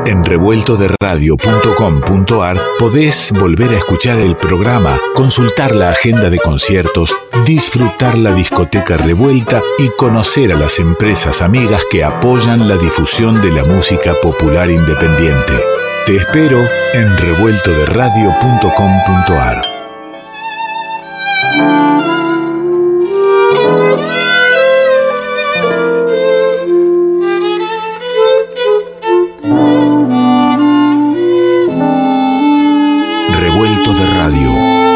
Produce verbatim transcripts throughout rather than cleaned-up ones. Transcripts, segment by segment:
En revuelto de radio punto com punto a r podés volver a escuchar el programa, consultar la agenda de conciertos, disfrutar la discoteca Revuelta y conocer a las empresas amigas que apoyan la difusión de la música popular independiente. Te espero en revuelto de radio punto com punto a r. Revuelto de radio.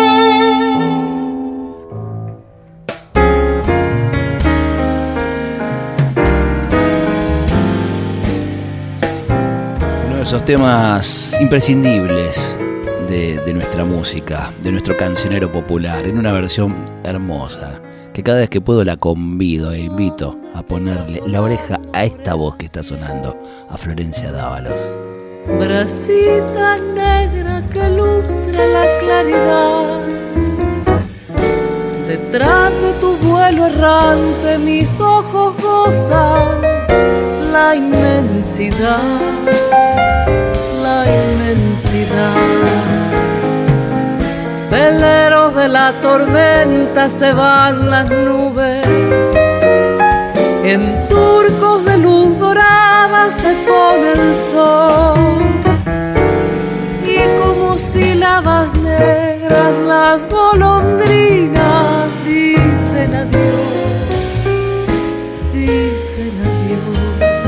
Uno de esos temas imprescindibles de, de nuestra música, de nuestro cancionero popular, en una versión hermosa, que cada vez que puedo la convido e invito a ponerle la oreja a esta voz que está sonando, a Florencia Dávalos. Bracita negra que lustre la claridad, detrás de tu vuelo errante mis ojos gozan la inmensidad, la inmensidad. Veleros de la tormenta se van las nubes, en surcos de luz dorada se pone el sol, y como sílabas negras las golondrinas dicen adiós, dicen adiós.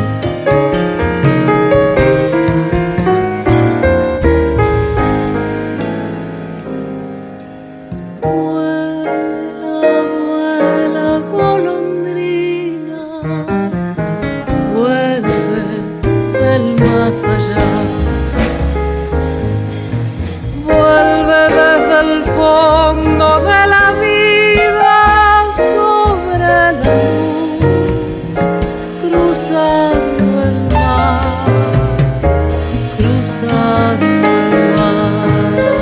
Vuela, vuela, golondrina, vuelve del más allá, vuelve desde el fondo de la vida sobre la luz, cruzando el mar, cruzando el mar.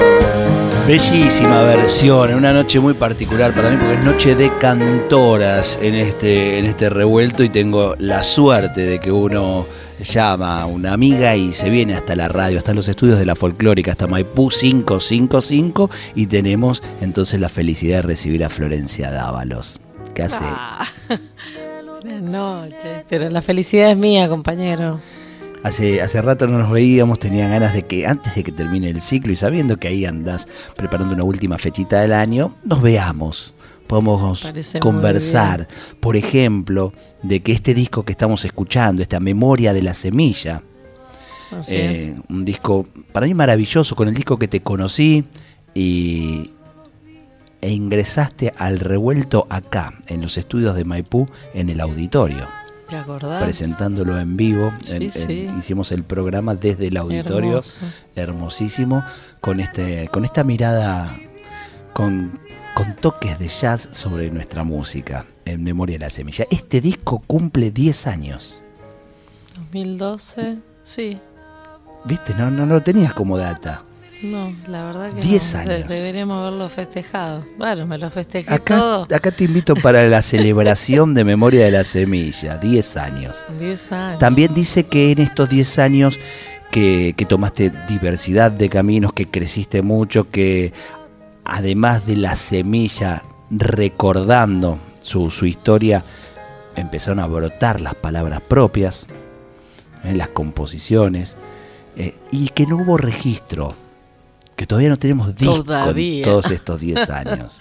Bellísima versión, en una noche muy particular para mí porque es noche de cantoras en este, en este revuelto, y tengo la suerte de que uno llama a una amiga y se viene hasta la radio, hasta los estudios de la Folclórica, hasta Maipú quinientos cincuenta y cinco, y tenemos entonces la felicidad de recibir a Florencia Dávalos. ¿Qué hace? Ah, buenas noches, pero la felicidad es mía, compañero. Hace, hace rato no nos veíamos, tenía ganas de que antes de que termine el ciclo y sabiendo que ahí andás preparando una última fechita del año, nos veamos, podemos Parece conversar, por ejemplo, de que este disco que estamos escuchando, esta Memoria de la Semilla, Así eh, es. un disco para mí maravilloso, con el disco que te conocí y, e ingresaste al revuelto acá, en los estudios de Maipú, en el auditorio. ¿Te acordás? Presentándolo en vivo, Sí, en, sí. en, hicimos el programa desde el auditorio, Hermoso. hermosísimo, con este, con esta mirada, con, con toques de jazz sobre nuestra música, en Memoria de la Semilla. Este disco cumple diez años. dos mil doce, sí. ¿Viste? No, no, no lo tenías como data. No, la verdad que diez no. años. De- deberíamos haberlo festejado. Bueno, me lo festejé Acá, todo. acá te invito para la celebración de Memoria de la Semilla, diez años. diez años. También dice que en estos diez años que, que tomaste diversidad de caminos, que creciste mucho, que además de la semilla, recordando su, su historia, empezaron a brotar las palabras propias, eh, las composiciones, eh, y que no hubo registro, que todavía no tenemos disco Todavía. en todos estos diez años.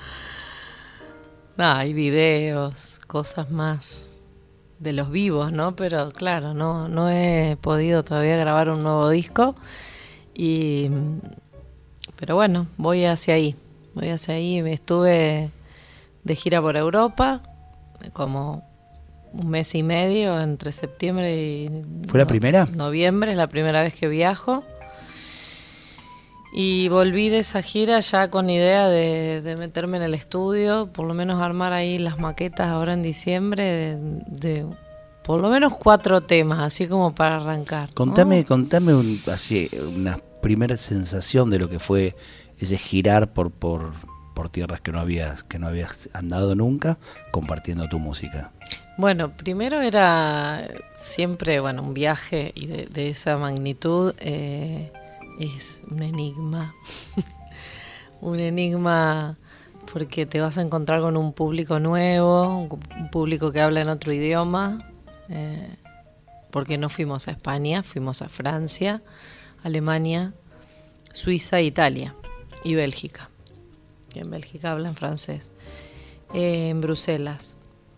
No, hay videos, cosas más de los vivos, ¿no? Pero claro, no, no he podido todavía grabar un nuevo disco. Y, pero bueno, voy hacia ahí. Voy hacia ahí. Me estuve de gira por Europa, como un mes y medio, entre septiembre y... ¿Fue la no- primera? Noviembre, es la primera vez que viajo. Y volví de esa gira ya con idea de, de meterme en el estudio, por lo menos armar ahí las maquetas ahora en diciembre de, de por lo menos cuatro temas, así como para arrancar, ¿no? Contame, contame un, así, una primera sensación de lo que fue ese girar por, por, por tierras que no habías, que no habías andado nunca, compartiendo tu música? Bueno, primero era siempre, bueno, un viaje y de, de esa magnitud eh, es un enigma. Un enigma porque te vas a encontrar con un público nuevo, un, un público que habla en otro idioma, eh, porque no fuimos a España, fuimos a Francia, Alemania, Suiza, Italia y Bélgica, que en Bélgica hablan francés, eh, en Bruselas.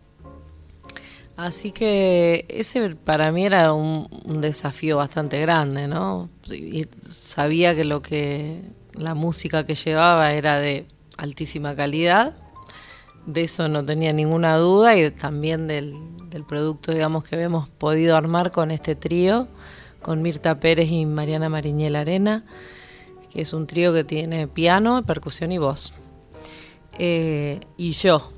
Así que ese para mí era un, un desafío bastante grande, ¿no? Y sabía que lo que la música que llevaba era de altísima calidad, de eso no tenía ninguna duda, y también del, del producto, digamos, que hemos podido armar con este trío, con Mirta Pérez y Mariana Mariñel Arena, que es un trío que tiene piano, percusión y voz. Eh, y yo.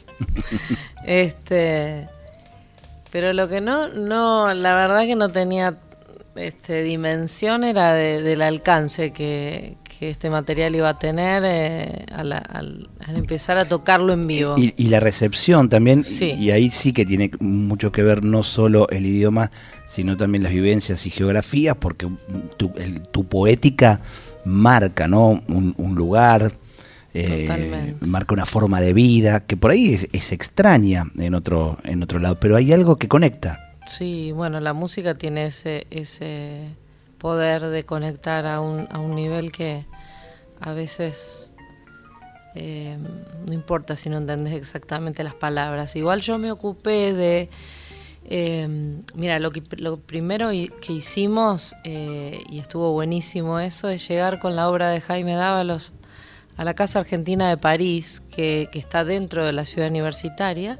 este... Pero lo que no, no, la verdad que no tenía este, dimensión era de, del alcance que, que este material iba a tener eh, al, al, al empezar a tocarlo en vivo. Y, y la recepción también, sí. Y ahí sí que tiene mucho que ver no solo el idioma, sino también las vivencias y geografías, porque tu, el, tu poética marca, ¿no? un, un lugar... Eh, marca una forma de vida que por ahí es, es extraña en otro en otro lado, pero hay algo que conecta. Sí, bueno, la música tiene ese ese poder de conectar a un a un nivel que a veces eh, no importa si no entendés exactamente las palabras. Igual yo me ocupé de eh, mira, lo que lo primero que hicimos eh, y estuvo buenísimo eso, es llegar con la obra de Jaime Dávalos a la Casa Argentina de París, que, que está dentro de la ciudad universitaria,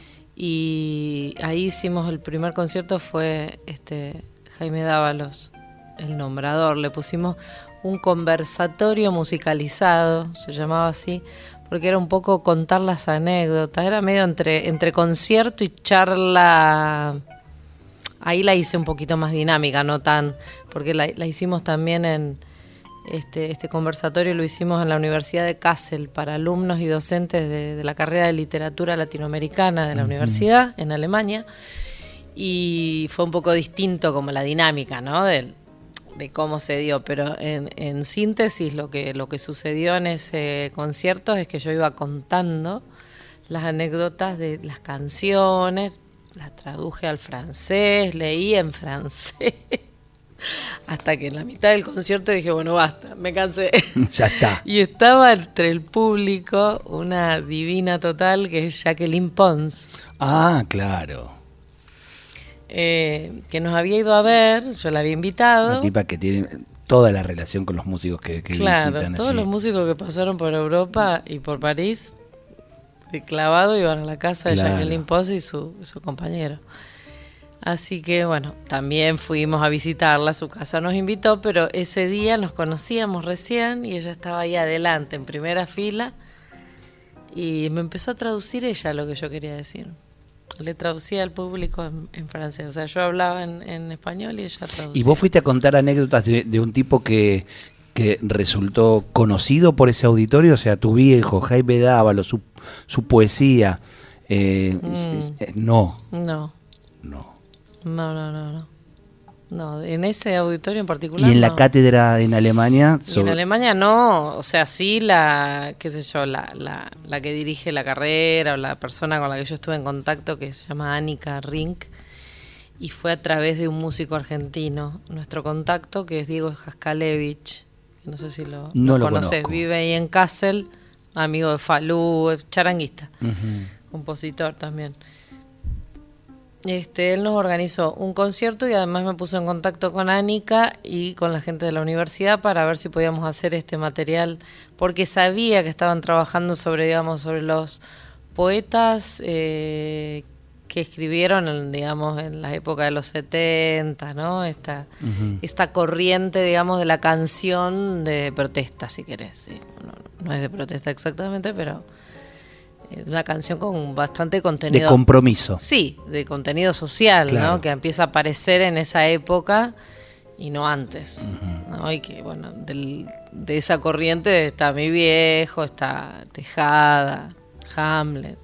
y ahí hicimos el primer concierto, fue este Jaime Dávalos, el nombrador. Le pusimos un conversatorio musicalizado, se llamaba así, porque era un poco contar las anécdotas, era medio entre, entre concierto y charla. Ahí la hice un poquito más dinámica, no tan, porque la, la hicimos también en... Este, este conversatorio lo hicimos en la Universidad de Kassel para alumnos y docentes de, de la carrera de literatura latinoamericana de la uh-huh. universidad en Alemania, y fue un poco distinto como la dinámica, ¿no? de, de cómo se dio, pero en, en síntesis lo que, lo que sucedió en ese concierto es que yo iba contando las anécdotas de las canciones, las traduje al francés, leí en francés. Hasta que en la mitad del concierto dije, bueno, basta, me cansé. Ya está. Y estaba entre el público una divina total que es Jacqueline Pons. Ah, claro. Eh, que nos había ido a ver, yo la había invitado. Una tipa que tiene toda la relación con los músicos que, que claro, visitan. Todos allí. Los músicos que pasaron por Europa y por París, de clavado, iban a la casa de claro. Jacqueline Pons y su, su compañero. Así que bueno, también fuimos a visitarla, su casa nos invitó, pero ese día nos conocíamos recién y ella estaba ahí adelante, en primera fila, y me empezó a traducir ella lo que yo quería decir. Le traducía al público en, en francés, o sea, yo hablaba en, en español y ella traducía. ¿Y vos fuiste a contar anécdotas de, de un tipo que, que resultó conocido por ese auditorio? O sea, tu viejo, Jaime Dávalos, su, su poesía. Eh, mm. No. No. No. No, no, no, no. No, en ese auditorio en particular. ¿Y en no. la cátedra en Alemania? Y en Alemania no, o sea, sí la, qué sé yo, la, la, la que dirige la carrera o la persona con la que yo estuve en contacto, que se llama Annika Rink, y fue a través de un músico argentino, nuestro contacto, que es Diego Jaskalevich, no sé si lo, no lo, lo conoces, conozco. Vive ahí en Kassel, amigo de Falú, charanguista, uh-huh. compositor también. Este, él nos organizó un concierto y además me puso en contacto con Annika y con la gente de la universidad para ver si podíamos hacer este material, porque sabía que estaban trabajando sobre, digamos, sobre los poetas eh, que escribieron, en, digamos, en la época de los setenta, ¿no? Esta, uh-huh. esta corriente, digamos, de la canción de protesta, si querés. Sí. No, no es de protesta exactamente, pero una canción con bastante contenido. De compromiso. Sí, de contenido social, claro. ¿no? Que empieza a aparecer en esa época y no antes, uh-huh. ¿no? Y que, bueno, del, de esa corriente está Mi Viejo, está Tejada, Hamlet.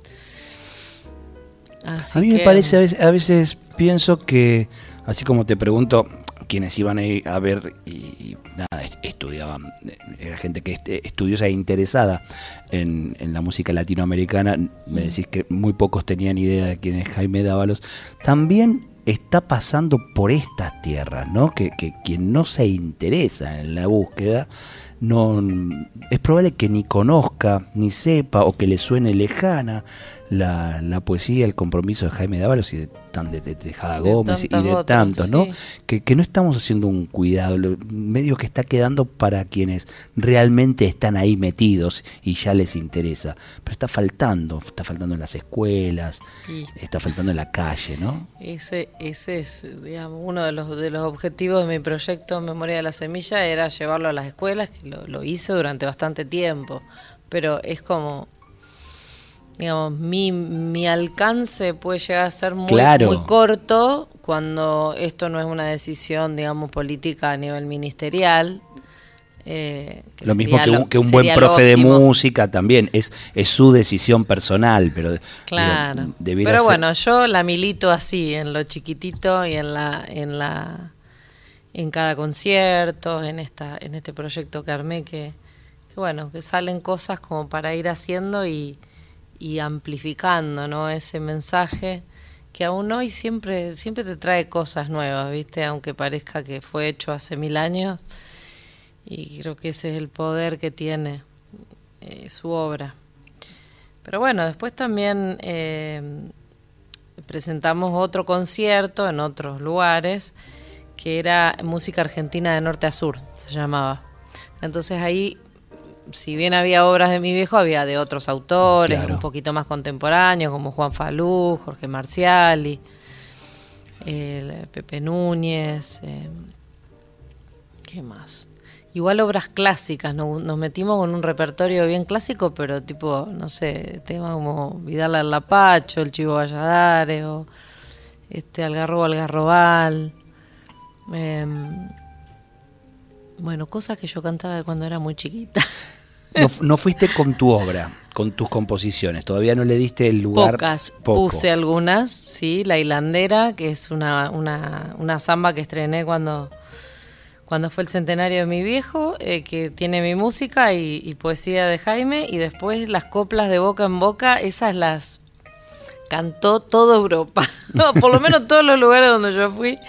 Así a mí que... me parece, a veces, a veces pienso que, así como te pregunto, quienes iban a, ir a ver y, y nada, estudiaban, era gente que est- estudiosa e interesada en, en la música latinoamericana, me decís que muy pocos tenían idea de quién es Jaime Dávalos. También está pasando por estas tierras, ¿no? Que, que quien no se interesa en la búsqueda, no es probable que ni conozca, ni sepa, o que le suene lejana la, la poesía, el compromiso de Jaime Dávalos y de, de, de Tejada Gómez y de otras, tantos, ¿no? Sí. Que, que no estamos haciendo un cuidado, lo, medio que está quedando para quienes realmente están ahí metidos y ya les interesa, pero está faltando, está faltando en las escuelas, sí. Está faltando en la calle, ¿no? Ese, ese es, digamos, uno de los de los objetivos de mi proyecto Memoria de la Semilla, era llevarlo a las escuelas, que lo, lo hice durante bastante tiempo, pero es como, digamos, mi, mi alcance puede llegar a ser muy, claro. muy corto cuando esto no es una decisión, digamos, política a nivel ministerial. Eh, que lo mismo que un, que un buen profe de música también, es, es su decisión personal, pero claro. Digo, pero ser... bueno, yo la milito así, en lo chiquitito y en la, en la, en cada concierto, en esta, en este proyecto que armé, que, que bueno, que salen cosas como para ir haciendo y, y amplificando, ¿no? Ese mensaje que aún hoy siempre, siempre te trae cosas nuevas, ¿viste? Aunque parezca que fue hecho hace mil años. Y creo que ese es el poder que tiene eh, su obra. Pero bueno, después también eh, presentamos otro concierto en otros lugares, que era música argentina de norte a sur, se llamaba. Entonces ahí, si bien había obras de Mi Viejo, había de otros autores, claro. Un poquito más contemporáneos, como Juan Falú, Jorge Marciali, eh, Pepe Núñez, eh, ¿qué más? Igual obras clásicas, nos, nos metimos con un repertorio bien clásico, pero tipo, no sé, temas como Vidal al Lapacho, El Chivo Valladares, o este Algarrobo Algarrobal. Eh, bueno, cosas que yo cantaba de cuando era muy chiquita. No, no fuiste con tu obra, con tus composiciones, todavía no le diste el lugar. Pocas, poco. Puse algunas, sí, La Hilandera, que es una, una, una samba que estrené cuando... Cuando fue el centenario de Mi Viejo, eh, que tiene mi música y, y poesía de Jaime, y después las coplas de Boca en Boca, esas las cantó toda Europa, no, por lo menos todos los lugares donde yo fui,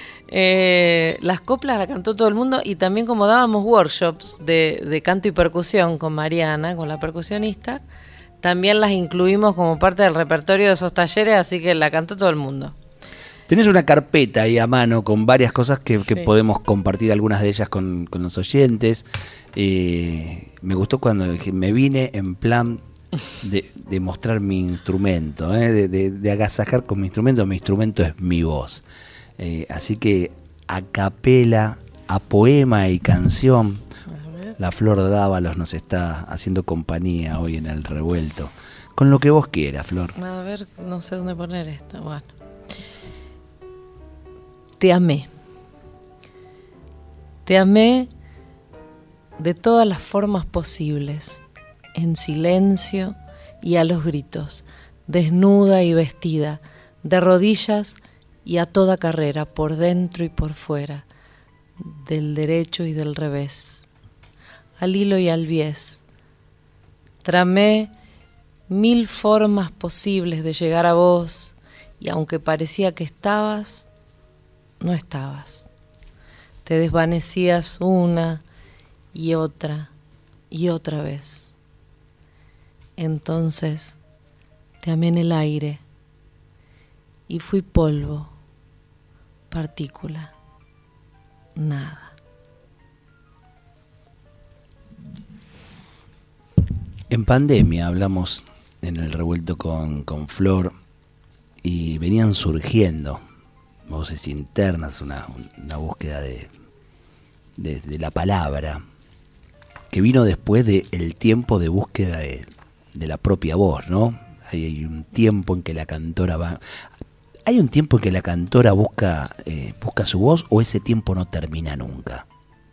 eh, las coplas las cantó todo el mundo, y también como dábamos workshops de, de canto y percusión con Mariana, con la percusionista, también las incluimos como parte del repertorio de esos talleres, así que la cantó todo el mundo. Tenés una carpeta ahí a mano con varias cosas que, que sí. podemos compartir, algunas de ellas con, con los oyentes. Eh, me gustó cuando me vine en plan de, de mostrar mi instrumento, eh, de, de, de agasajar con mi instrumento. Mi instrumento es mi voz. Eh, así que a capela, a poema y canción, la Flor Dávalos nos está haciendo compañía hoy en el revuelto. Con lo que vos quieras, Flor. A ver, no sé dónde poner esto. Bueno. Te amé. Te amé de todas las formas posibles, en silencio y a los gritos, desnuda y vestida, de rodillas y a toda carrera, por dentro y por fuera, del derecho y del revés, al hilo y al bies. Tramé mil formas posibles de llegar a vos, y aunque parecía que estabas, no estabas. Te desvanecías una y otra y otra vez. Entonces te amé en el aire y fui polvo, partícula, nada. En pandemia hablamos en el revuelto con, con Flor y venían surgiendo voces internas, una, una búsqueda de, de, de la palabra, que vino después del tiempo de búsqueda de, de la propia voz, ¿no? Hay, hay un tiempo en que la cantora va ¿Hay un tiempo en que la cantora busca, eh, busca su voz o ese tiempo no termina nunca?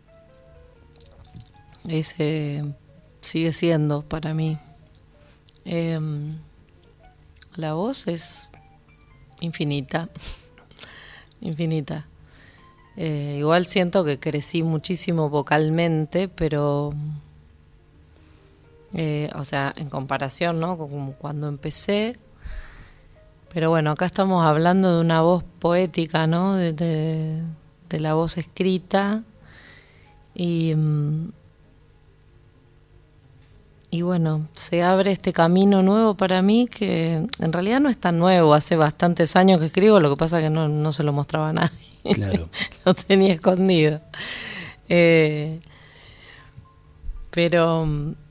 Ese sigue siendo para mí. Eh, la voz es infinita, infinita. Eh, igual siento que crecí muchísimo vocalmente, pero, eh, o sea, en comparación, ¿no? Como cuando empecé. Pero bueno, acá estamos hablando de una voz poética, ¿no? De, de, de la voz escrita. Y, y bueno, se abre este camino nuevo para mí que en realidad no es tan nuevo. Hace bastantes años que escribo, lo que pasa es que no, no se lo mostraba a nadie. Claro. Lo tenía escondido. Eh, pero...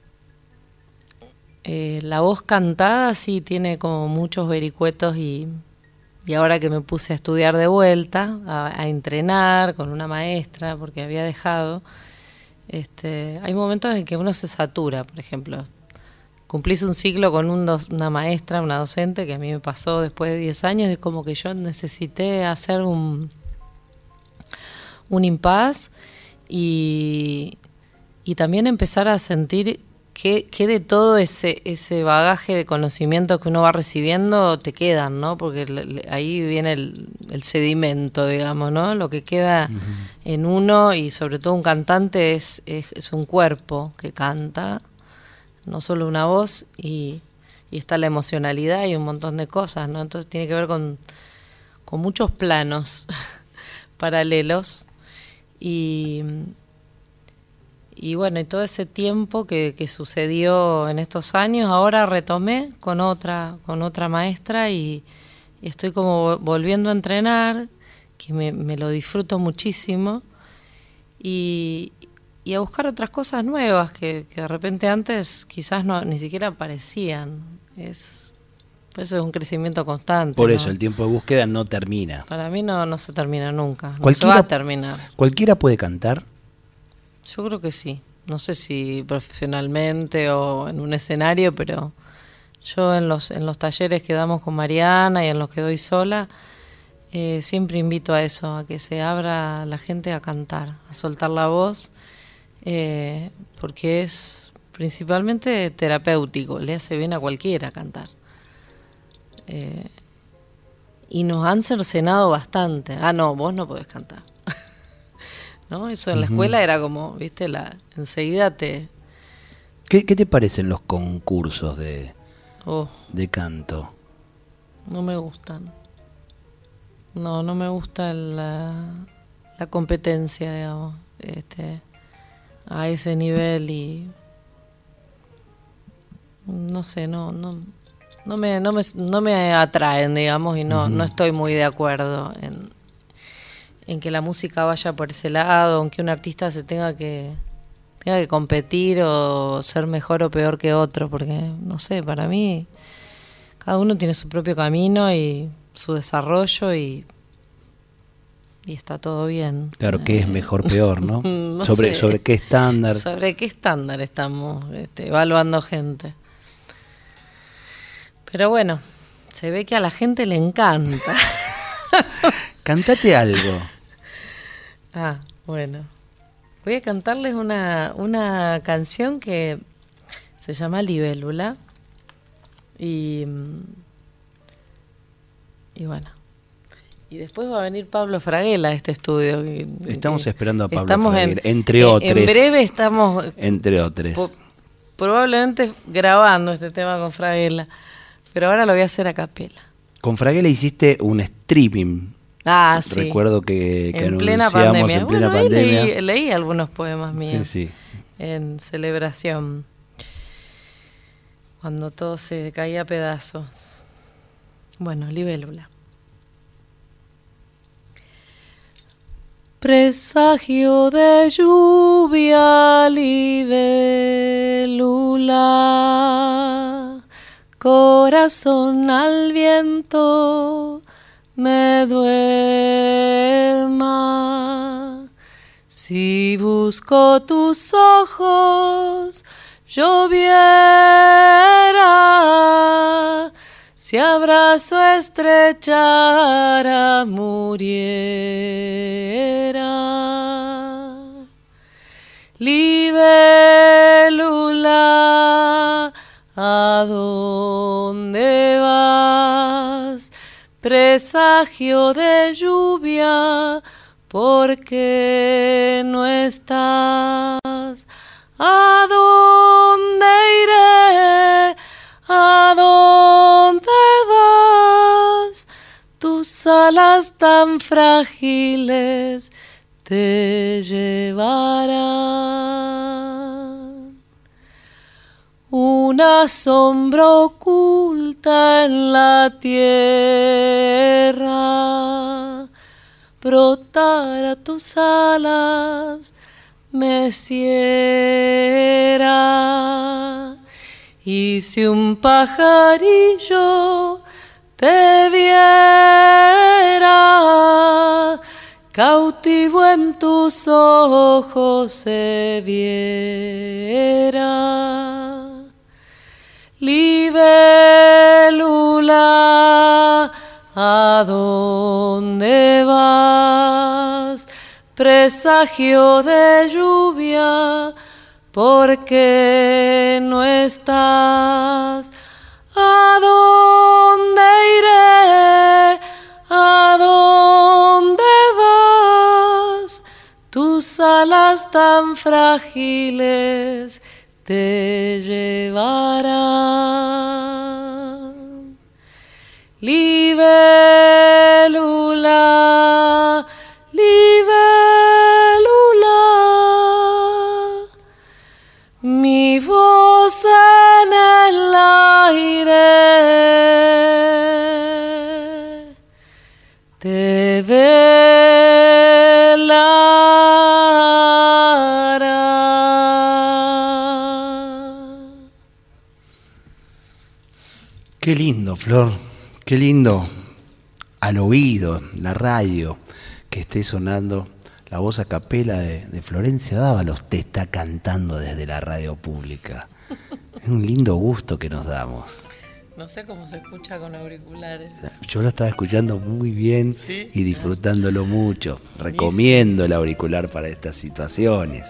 Eh, la voz cantada sí tiene como muchos vericuetos y, y ahora que me puse a estudiar de vuelta, a, a entrenar con una maestra porque había dejado, este, hay momentos en que uno se satura, por ejemplo. Cumplís un ciclo con un dos, una maestra, una docente, que a mí me pasó después de diez años, y como que yo necesité hacer un, un impas y, y también empezar a sentir que, que de todo ese ese bagaje de conocimiento que uno va recibiendo te quedan, ¿no? Porque le, le, ahí viene el, el sedimento, digamos, ¿no? Lo que queda uh-huh. en uno, y sobre todo un cantante es, es, es un cuerpo que canta, no solo una voz, y, y está la emocionalidad y un montón de cosas, ¿no? Entonces tiene que ver con, con muchos planos paralelos. Y... Y bueno, y todo ese tiempo que, que sucedió en estos años, ahora retomé con otra, con otra maestra y, y estoy como volviendo a entrenar, que me, me lo disfruto muchísimo, y, y a buscar otras cosas nuevas que, que de repente antes quizás no ni siquiera aparecían. Es, eso es un crecimiento constante. Por ¿no? eso el tiempo de búsqueda no termina. Para mí no, no se termina nunca, no se va a terminar. ¿Cualquiera puede cantar? Yo creo que sí. No sé si profesionalmente o en un escenario, pero yo en los en los talleres que damos con Mariana y en los que doy sola, eh, siempre invito a eso, a que se abra la gente a cantar, a soltar la voz, eh, porque es principalmente terapéutico, le hace bien a cualquiera cantar. Eh, y nos han cercenado bastante. Ah, no, vos no podés cantar. ¿No? Eso en la escuela era como, viste, la enseguida te... ¿Qué, qué te parecen los concursos de, oh, de canto? No me gustan. No, no me gusta la, la competencia, digamos, este, a ese nivel, y no sé, no, no, no me, no me, no me atraen, digamos, y no, uh-huh. no estoy muy de acuerdo en en que la música vaya por ese lado, aunque un artista se tenga que tenga que competir o ser mejor o peor que otro, porque, no sé, para mí cada uno tiene su propio camino y su desarrollo, y y está todo bien. Claro, ¿qué es mejor, peor, no? no sobre, sé. ¿Sobre qué estándar? ¿Sobre qué estándar estamos este, evaluando gente? Pero bueno, se ve que a la gente le encanta. Cantate algo. Ah, bueno. Voy a cantarles una, una canción que se llama Libélula. Y, y bueno. Y después va a venir Pablo Fraguela a este estudio. Estamos que esperando a Pablo estamos Fraguela, en, entre en, otros. En breve estamos... Entre otros. Po, probablemente grabando este tema con Fraguela. Pero ahora lo voy a hacer a capela. Con Fraguela hiciste un streaming. Ah, sí. Recuerdo que, que en anunciamos plena pandemia. en plena bueno, pandemia. Leí, leí algunos poemas míos. Sí, sí. En celebración. Cuando todo se caía a pedazos. Bueno, Libélula. Presagio de lluvia, libélula, corazón al viento, me duerma. Si busco tus ojos, lloviera. si abrazo estrechara muriera. Libélula, ¿a dónde vas? Presagio de lluvia, ¿por qué no estás? ¿A dónde iré? ¿A dónde vas? Tus alas tan frágiles te llevarán. Una sombra oculta en la tierra, brotar a tus alas me cierra. Y si un pajarillo te viera, cautivo en tus ojos se viera. Libélula, ¿a dónde vas? Presagio de lluvia, ¿por qué no estás? ¿A dónde iré? ¿A dónde vas? Tus alas tan frágiles te llevarán. Libélula, libélula, mi voz en el aire te velará. Qué lindo, Flor, qué lindo al oído, la radio, que esté sonando la voz a capela de, de Florencia Dávalos, te está cantando desde la radio pública. Es un lindo gusto que nos damos. No sé cómo se escucha con auriculares. Yo lo estaba escuchando muy bien, ¿sí? Y disfrutándolo mucho. Recomiendo el auricular para estas situaciones.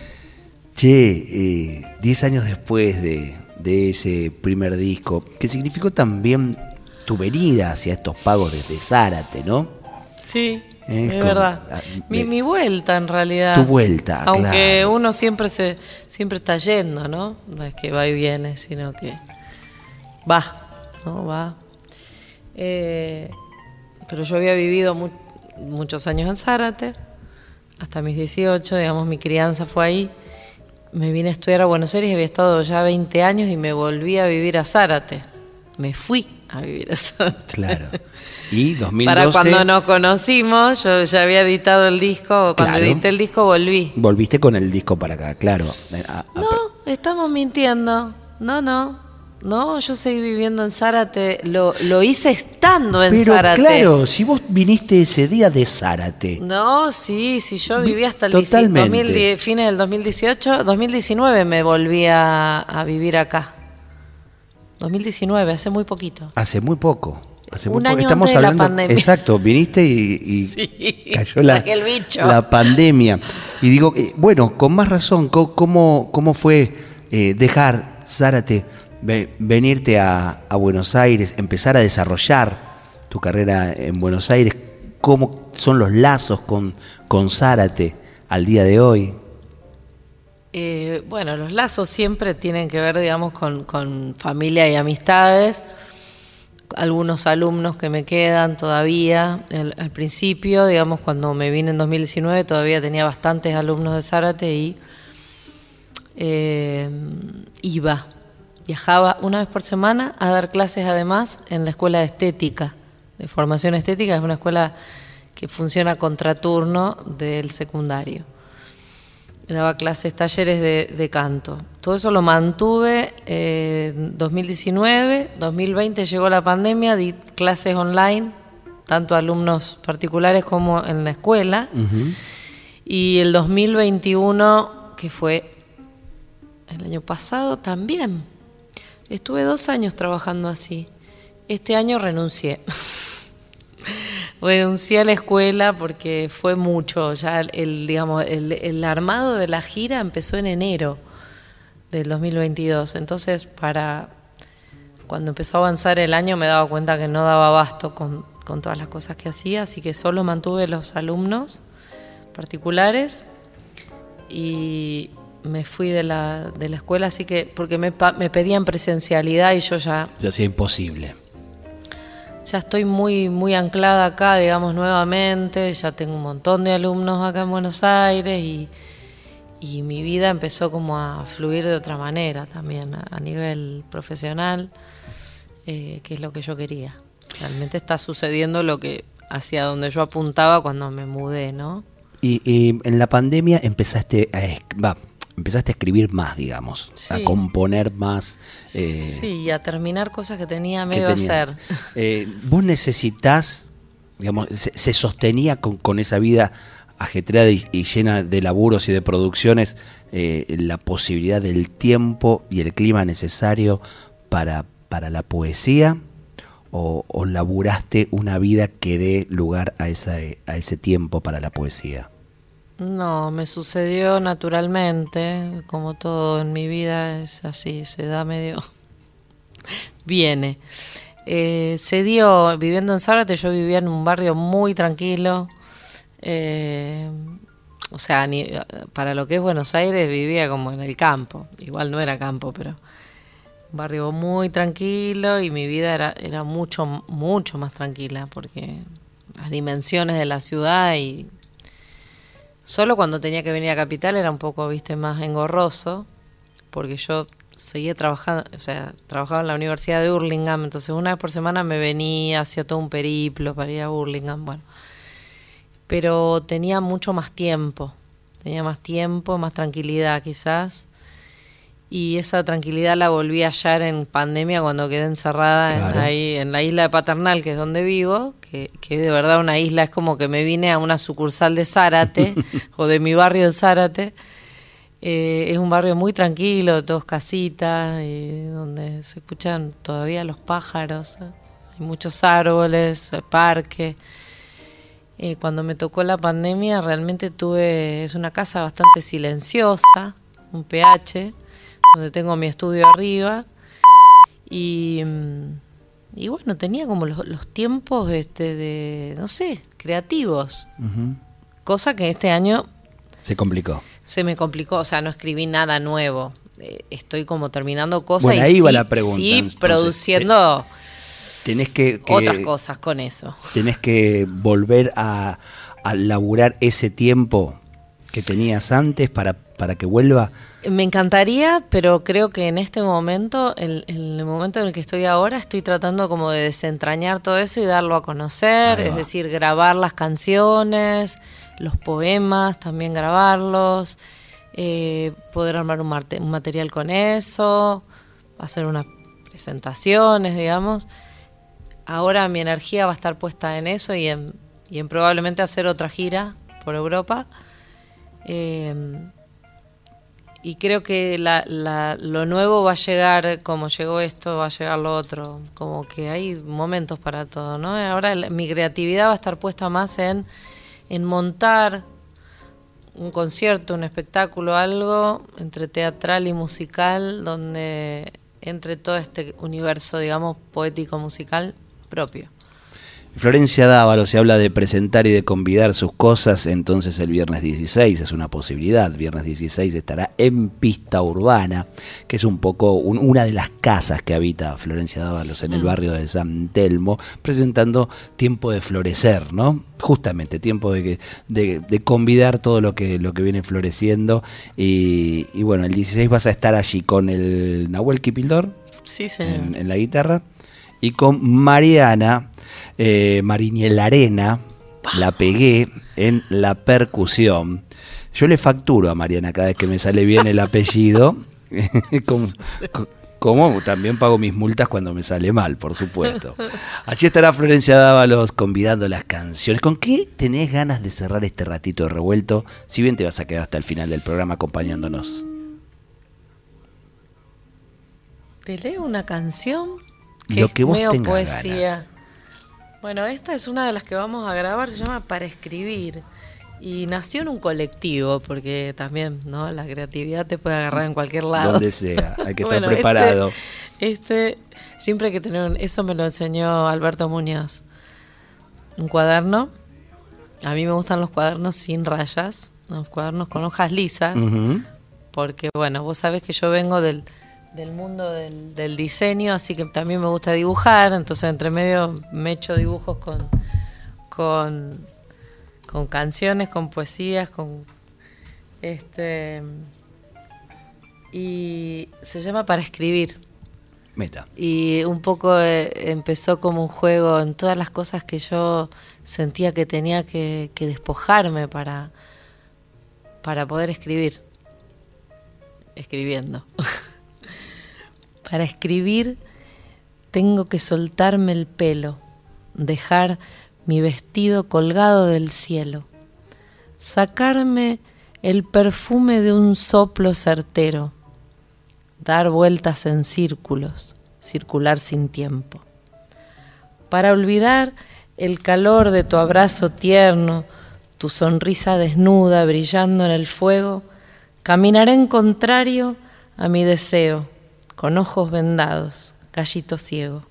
Che, diez años después de, de ese primer disco, que significó también tu venida hacia estos pagos desde Zárate, ¿no? Sí, es es como, verdad. A, mi, mi vuelta, en realidad. Tu vuelta, aunque claro. Uno siempre se siempre está yendo, ¿no? No es que va y viene, sino que va, ¿no? Va. Eh, pero yo había vivido mu- muchos años en Zárate, hasta mis dieciocho, digamos, mi crianza fue ahí. Me vine a estudiar a Buenos Aires, había estado ya veinte años y me volví a vivir a Zárate. Me fui a vivir a Zárate. Claro. Y dos mil doce... Para cuando nos conocimos, yo ya había editado el disco, cuando Claro. edité el disco volví. Volviste con el disco para acá, claro. A- a- No, estamos mintiendo. No, no. No, yo seguí viviendo en Zárate. Lo, lo hice estando en Pero Zárate. claro, si vos viniste ese día de Zárate. No, sí, sí, yo viví hasta el Totalmente. dos mil diez, fines del dos mil dieciocho. dos mil diecinueve me volví a, a vivir acá. dos mil diecinueve, hace muy poquito. Hace muy poco. Hace muy Un poco. año Estamos antes de la hablando, pandemia. Exacto, viniste y, y Sí, cayó la, aquel bicho. la pandemia. Y digo, eh, bueno, con más razón, co- ¿cómo, cómo fue eh, dejar Zárate, ve- venirte a, a Buenos Aires, empezar a desarrollar tu carrera en Buenos Aires? ¿Cómo son los lazos con, con Zárate al día de hoy? Eh, bueno, los lazos siempre tienen que ver, digamos, con, con familia y amistades. Algunos alumnos que me quedan todavía. El, al principio, digamos, cuando me vine en dos mil diecinueve, todavía tenía bastantes alumnos de Zárate y eh, iba, viajaba una vez por semana a dar clases además en la escuela de estética, de formación estética. Es una escuela que funciona a contraturno del secundario. Daba clases, talleres de, de canto. Todo eso lo mantuve eh, en dos mil diecinueve, dos mil veinte llegó la pandemia, di clases online, tanto a alumnos particulares como en la escuela. Uh-huh. Y el dos mil veintiuno, que fue el año pasado, también. Estuve dos años trabajando así. Este año renuncié. Renuncié a la escuela porque fue mucho. Ya el, digamos, el, el armado de la gira empezó en enero del dos mil veintidós. Entonces, para cuando empezó a avanzar el año me daba cuenta que no daba abasto con, con todas las cosas que hacía, así que solo mantuve los alumnos particulares y me fui de la, de la escuela, así que porque me, me pedían presencialidad y yo ya... Se hacía imposible. Ya estoy muy, muy anclada acá, digamos, nuevamente, ya tengo un montón de alumnos acá en Buenos Aires y, y mi vida empezó como a fluir de otra manera también a, a nivel profesional, eh, que es lo que yo quería. Realmente está sucediendo lo que hacia donde yo apuntaba cuando me mudé, ¿no? Y, y en la pandemia empezaste a, va, empezaste a escribir más, digamos, sí. a componer más. Eh, sí, y a terminar cosas que tenía medio a hacer. Eh, ¿Vos necesitás, digamos, se, se sostenía con, con esa vida ajetreada y, y llena de laburos y de producciones, eh, la posibilidad del tiempo y el clima necesario para, para la poesía? O, ¿O laburaste una vida que dé lugar a, esa, a ese tiempo para la poesía? No, me sucedió naturalmente, como todo en mi vida es así, se da medio... Viene. Eh, se dio, viviendo en Zárate, yo vivía en un barrio muy tranquilo, eh, o sea, ni, para lo que es Buenos Aires vivía como en el campo, igual no era campo, pero... Un barrio muy tranquilo y mi vida era, era mucho, mucho más tranquila porque las dimensiones de la ciudad y solo cuando tenía que venir a Capital era un poco, viste, más engorroso porque yo seguía trabajando, o sea, trabajaba en la Universidad de Hurlingham, entonces una vez por semana me venía, hacía todo un periplo para ir a Hurlingham, bueno, pero tenía mucho más tiempo, tenía más tiempo, más tranquilidad quizás. Y esa tranquilidad la volví a hallar en pandemia cuando quedé encerrada claro. en, ahí, en la isla de Paternal, que es donde vivo, que, que de verdad una isla es como que me vine a una sucursal de Zárate, o de mi barrio de Zárate. Eh, es un barrio muy tranquilo, todos casitas, eh, donde se escuchan todavía los pájaros, eh. hay muchos árboles, parque. Eh, cuando me tocó la pandemia realmente tuve, es una casa bastante silenciosa, un P H, donde tengo mi estudio arriba y, y bueno, tenía como los, los tiempos este de, no sé, creativos, uh-huh. cosa que este año se complicó. Se me complicó, o sea, no escribí nada nuevo, eh, estoy como terminando cosas bueno, y ahí sí, va la pregunta, sí entonces, produciendo te, tenés que, que, otras cosas con eso. Tenés que volver a, a laburar ese tiempo que tenías antes para, para que vuelva. Me encantaría, pero creo que en este momento, en, en el momento en el que estoy ahora, estoy tratando como de desentrañar todo eso y darlo a conocer, es decir, grabar las canciones, los poemas, también grabarlos, eh, poder armar un, mate, un material con eso, hacer unas presentaciones, digamos. Ahora mi energía va a estar puesta en eso y en, y en probablemente hacer otra gira por Europa. Eh, y creo que la, la, lo nuevo va a llegar como llegó esto, va a llegar lo otro, como que hay momentos para todo, ¿no? Ahora la, mi creatividad va a estar puesta más en, en montar un concierto, un espectáculo, algo entre teatral y musical, donde entre todo este universo, digamos, poético musical propio. Florencia Dávalos, se habla de presentar y de convidar sus cosas, entonces el viernes dieciséis es una posibilidad. Viernes dieciséis estará en Pista Urbana, que es un poco un, una de las casas que habita Florencia Dávalos en el barrio de San Telmo, presentando Tiempo de Florecer, ¿no? Justamente, tiempo de, que, de, de convidar todo lo que, lo que viene floreciendo. Y, y bueno, el dieciséis vas a estar allí con el Nahuel Kipildor, sí, señor. En, en la guitarra, y con Mariana eh, Mariñel Arena, la pegué en la percusión. Yo le facturo a Mariana cada vez que me sale bien el apellido, como, como también pago mis multas cuando me sale mal, por supuesto. Allí estará Florencia Dávalos convidando las canciones. ¿Con qué tenés ganas de cerrar este ratito de revuelto? Si bien te vas a quedar hasta el final del programa acompañándonos. ¿Te leo una canción? que Lo que es vos medio tengas poesía. ganas. Bueno, esta es una de las que vamos a grabar, se llama Para Escribir. Y nació en un colectivo, porque también, ¿no? La creatividad te puede agarrar en cualquier lado. Donde sea, hay que estar bueno, preparado. Este, este, siempre hay que tener un, eso me lo enseñó Alberto Muñoz. Un cuaderno. A mí me gustan los cuadernos sin rayas, los cuadernos con hojas lisas, uh-huh. porque, bueno, vos sabés que yo vengo del, del mundo del, del diseño, así que también me gusta dibujar, entonces entre medio me echo dibujos con... con con canciones, con poesías, con este y se llama Para Escribir. Meta. Y un poco eh, empezó como un juego en todas las cosas que yo sentía que tenía que, que despojarme para, para poder escribir. Escribiendo. Para escribir tengo que soltarme el pelo, dejar mi vestido colgado del cielo, sacarme el perfume de un soplo certero, dar vueltas en círculos, circular sin tiempo. Para olvidar el calor de tu abrazo tierno, tu sonrisa desnuda brillando en el fuego, caminaré en contrario a mi deseo, con ojos vendados, gallito ciego.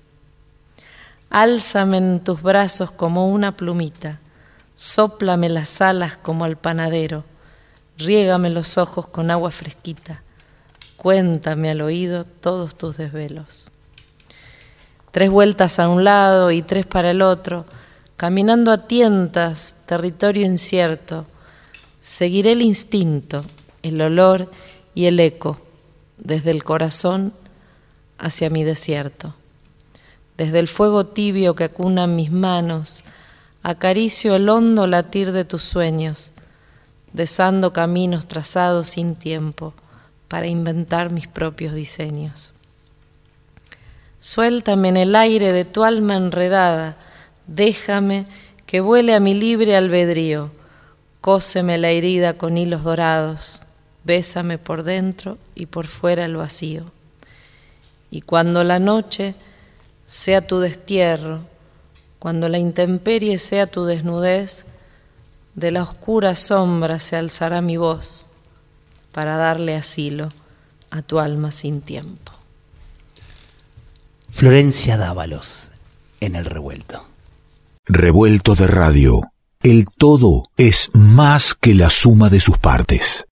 Álzame en tus brazos como una plumita, sóplame las alas como al panadero, riégame los ojos con agua fresquita, cuéntame al oído todos tus desvelos. Tres vueltas a un lado y tres para el otro, caminando a tientas, territorio incierto, seguiré el instinto, el olor y el eco, desde el corazón hacia mi desierto. Desde el fuego tibio que acuna mis manos, acaricio el hondo latir de tus sueños, desando caminos trazados sin tiempo para inventar mis propios diseños. Suéltame en el aire de tu alma enredada, déjame que vuele a mi libre albedrío, cóseme la herida con hilos dorados, bésame por dentro y por fuera el vacío. Y cuando la noche sea tu destierro, cuando la intemperie sea tu desnudez, de la oscura sombra se alzará mi voz para darle asilo a tu alma sin tiempo. Florencia Dávalos, en El Revuelto. Revuelto de Radio. El todo es más que la suma de sus partes.